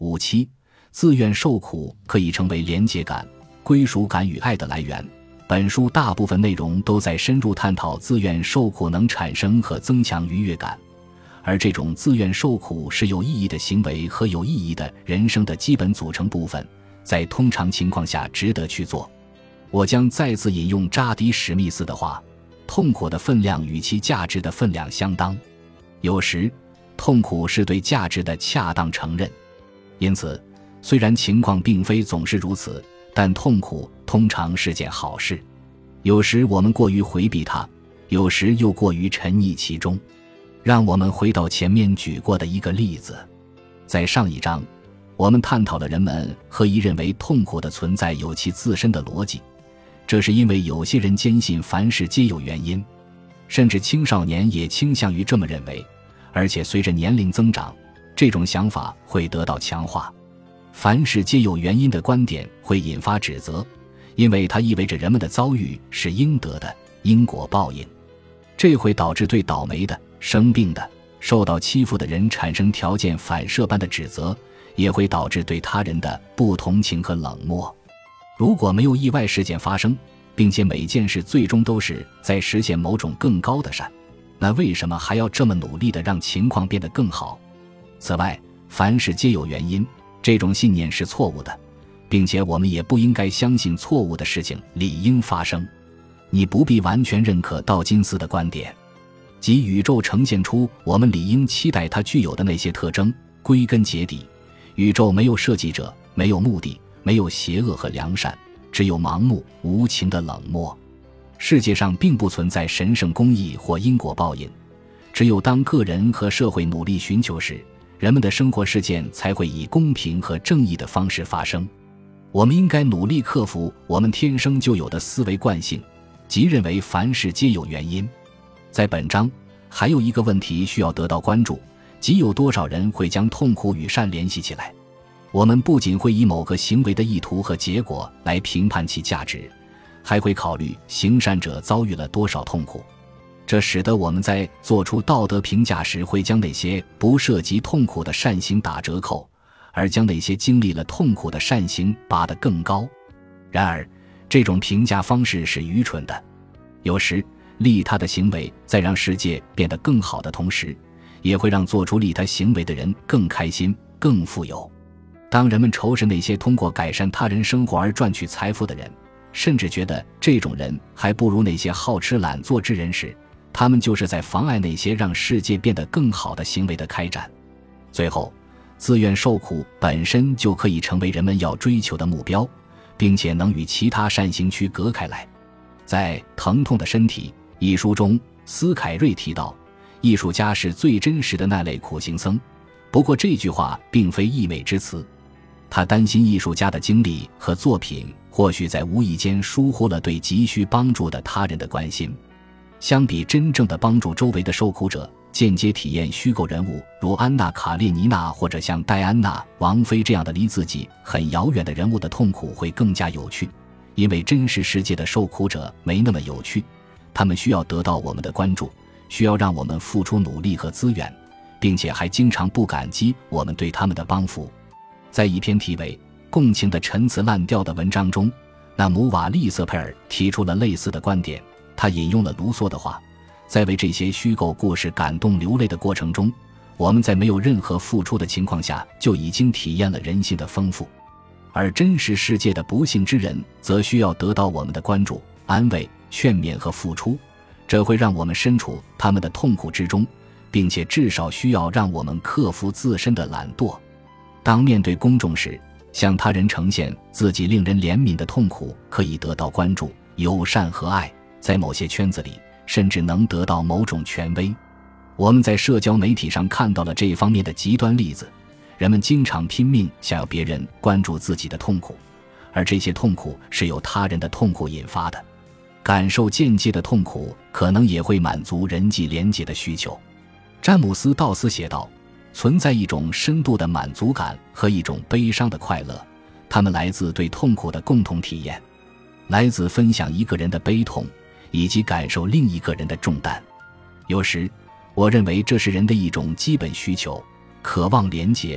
57自愿受苦可以成为连结感、归属感与爱的来源。本书大部分内容都在深入探讨自愿受苦能产生和增强愉悦感，而这种自愿受苦是有意义的行为和有意义的人生的基本组成部分，在通常情况下值得去做。我将再次引用扎迪·史密斯的话，痛苦的分量与其价值的分量相当。有时，痛苦是对价值的恰当承认。因此，虽然情况并非总是如此，但痛苦通常是件好事。有时我们过于回避它，有时又过于沉溺其中。让我们回到前面举过的一个例子。在上一章，我们探讨了人们何以认为痛苦的存在有其自身的逻辑。这是因为有些人坚信凡事皆有原因，甚至青少年也倾向于这么认为，而且随着年龄增长，这种想法会得到强化。凡事皆有原因的观点会引发指责，因为它意味着人们的遭遇是应得的，因果报应。这会导致对倒霉的、生病的、受到欺负的人产生条件反射般的指责，也会导致对他人的不同情和冷漠。如果没有意外事件发生，并且每件事最终都是在实现某种更高的善，那为什么还要这么努力地让情况变得更好？此外，凡事皆有原因，这种信念是错误的，并且我们也不应该相信错误的事情理应发生。你不必完全认可道金斯的观点，即宇宙呈现出我们理应期待它具有的那些特征。归根结底，宇宙没有设计者，没有目的，没有邪恶和良善，只有盲目无情的冷漠。世界上并不存在神圣公义或因果报应，只有当个人和社会努力寻求时，人们的生活事件才会以公平和正义的方式发生。我们应该努力克服我们天生就有的思维惯性，即认为凡事皆有原因。在本章还有一个问题需要得到关注，即有多少人会将痛苦与善联系起来。我们不仅会以某个行为的意图和结果来评判其价值，还会考虑行善者遭遇了多少痛苦。这使得我们在做出道德评价时会将那些不涉及痛苦的善行打折扣，而将那些经历了痛苦的善行拔得更高。然而，这种评价方式是愚蠢的。有时，利他的行为在让世界变得更好的同时，也会让做出利他行为的人更开心、更富有。当人们仇视那些通过改善他人生活而赚取财富的人，甚至觉得这种人还不如那些好吃懒做之人时，他们就是在妨碍那些让世界变得更好的行为的开展。最后，自愿受苦本身就可以成为人们要追求的目标，并且能与其他善行区隔开来。在《疼痛的身体》一书中，斯凯瑞提到，艺术家是最真实的那类苦行僧，不过这句话并非溢美之词。他担心艺术家的经历和作品或许在无意间疏忽了对急需帮助的他人的关心。相比真正的帮助周围的受苦者，间接体验虚构人物如安娜·卡列尼娜或者像戴安娜·王妃这样的离自己很遥远的人物的痛苦会更加有趣，因为真实世界的受苦者没那么有趣，他们需要得到我们的关注，需要让我们付出努力和资源，并且还经常不感激我们对他们的帮扶。在一篇题为《共情的陈词滥调》的文章中，那姆瓦利瑟佩尔提出了类似的观点。他引用了卢梭的话，在为这些虚构故事感动流泪的过程中，我们在没有任何付出的情况下就已经体验了人性的丰富，而真实世界的不幸之人则需要得到我们的关注、安慰、劝勉和付出，这会让我们身处他们的痛苦之中，并且至少需要让我们克服自身的懒惰。当面对公众时，向他人呈现自己令人怜悯的痛苦可以得到关注、友善和爱，在某些圈子里甚至能得到某种权威。我们在社交媒体上看到了这方面的极端例子，人们经常拼命想要别人关注自己的痛苦，而这些痛苦是由他人的痛苦引发的。感受间接的痛苦可能也会满足人际连结的需求。詹姆斯·道斯写道，存在一种深度的满足感和一种悲伤的快乐，它们来自对痛苦的共同体验，来自分享一个人的悲痛，以及感受另一个人的重担。有时，我认为这是人的一种基本需求，渴望连结，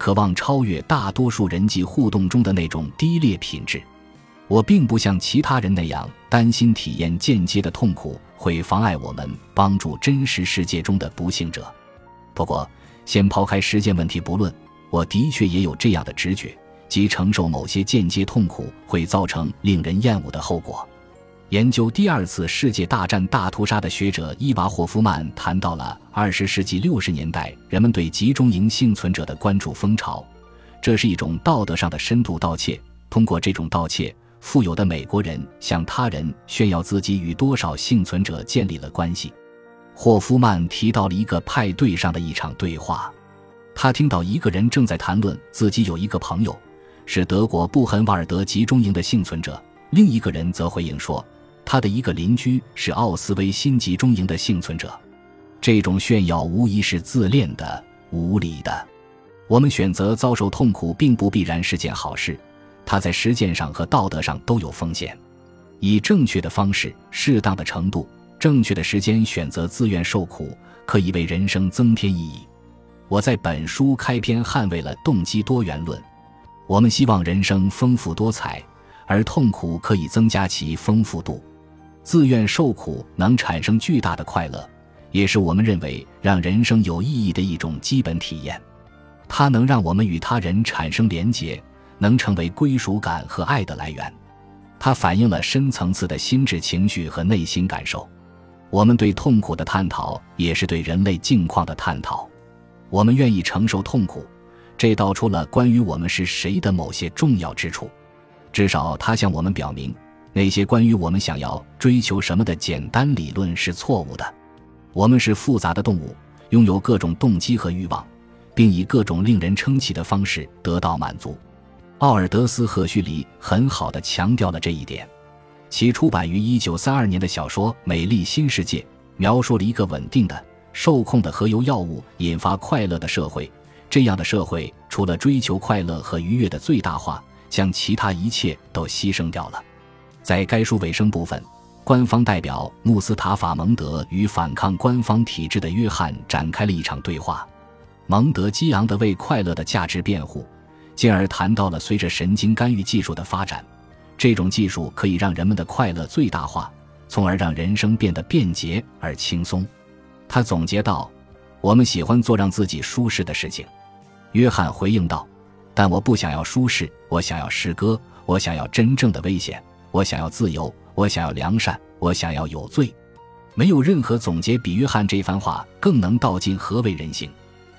渴望超越大多数人际互动中的那种低劣品质。我并不像其他人那样担心体验间接的痛苦会妨碍我们帮助真实世界中的不幸者。不过，先抛开实践问题不论，我的确也有这样的直觉，即承受某些间接痛苦会造成令人厌恶的后果。研究第二次世界大战大屠杀的学者伊娃霍夫曼谈到了20世纪60年代人们对集中营幸存者的关注风潮，这是一种道德上的深度盗窃。通过这种盗窃，富有的美国人向他人炫耀自己与多少幸存者建立了关系。霍夫曼提到了一个派对上的一场对话，他听到一个人正在谈论自己有一个朋友是德国布痕瓦尔德集中营的幸存者，另一个人则回应说他的一个邻居是奥斯威辛集中营的幸存者。这种炫耀无疑是自恋的、无理的。我们选择遭受痛苦并不必然是件好事，它在实践上和道德上都有风险。以正确的方式、适当的程度、正确的时间选择自愿受苦，可以为人生增添意义。我在本书开篇捍卫了动机多元论。我们希望人生丰富多彩，而痛苦可以增加其丰富度。自愿受苦能产生巨大的快乐，也是我们认为让人生有意义的一种基本体验。它能让我们与他人产生连结，能成为归属感和爱的来源。它反映了深层次的心智情绪和内心感受。我们对痛苦的探讨也是对人类境况的探讨。我们愿意承受痛苦，这道出了关于我们是谁的某些重要之处。至少它向我们表明，那些关于我们想要追求什么的简单理论是错误的。我们是复杂的动物，拥有各种动机和欲望，并以各种令人称奇的方式得到满足。奥尔德斯·赫胥黎很好地强调了这一点。其出版于1932年的小说《美丽新世界》描述了一个稳定的、受控的和由药物引发快乐的社会。这样的社会除了追求快乐和愉悦的最大化，将其他一切都牺牲掉了。在该书尾声部分，官方代表穆斯塔法·蒙德与反抗官方体制的约翰展开了一场对话。蒙德激昂地为快乐的价值辩护，进而谈到了随着神经干预技术的发展，这种技术可以让人们的快乐最大化，从而让人生变得便捷而轻松。他总结道：我们喜欢做让自己舒适的事情。约翰回应道：但我不想要舒适，我想要诗歌，我想要真正的危险，我想要自由，我想要良善，我想要有罪。没有任何总结比约翰这番话更能道尽何为人性。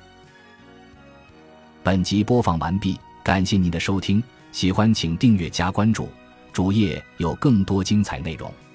本集播放完毕，感谢您的收听，喜欢请订阅加关注，主页有更多精彩内容。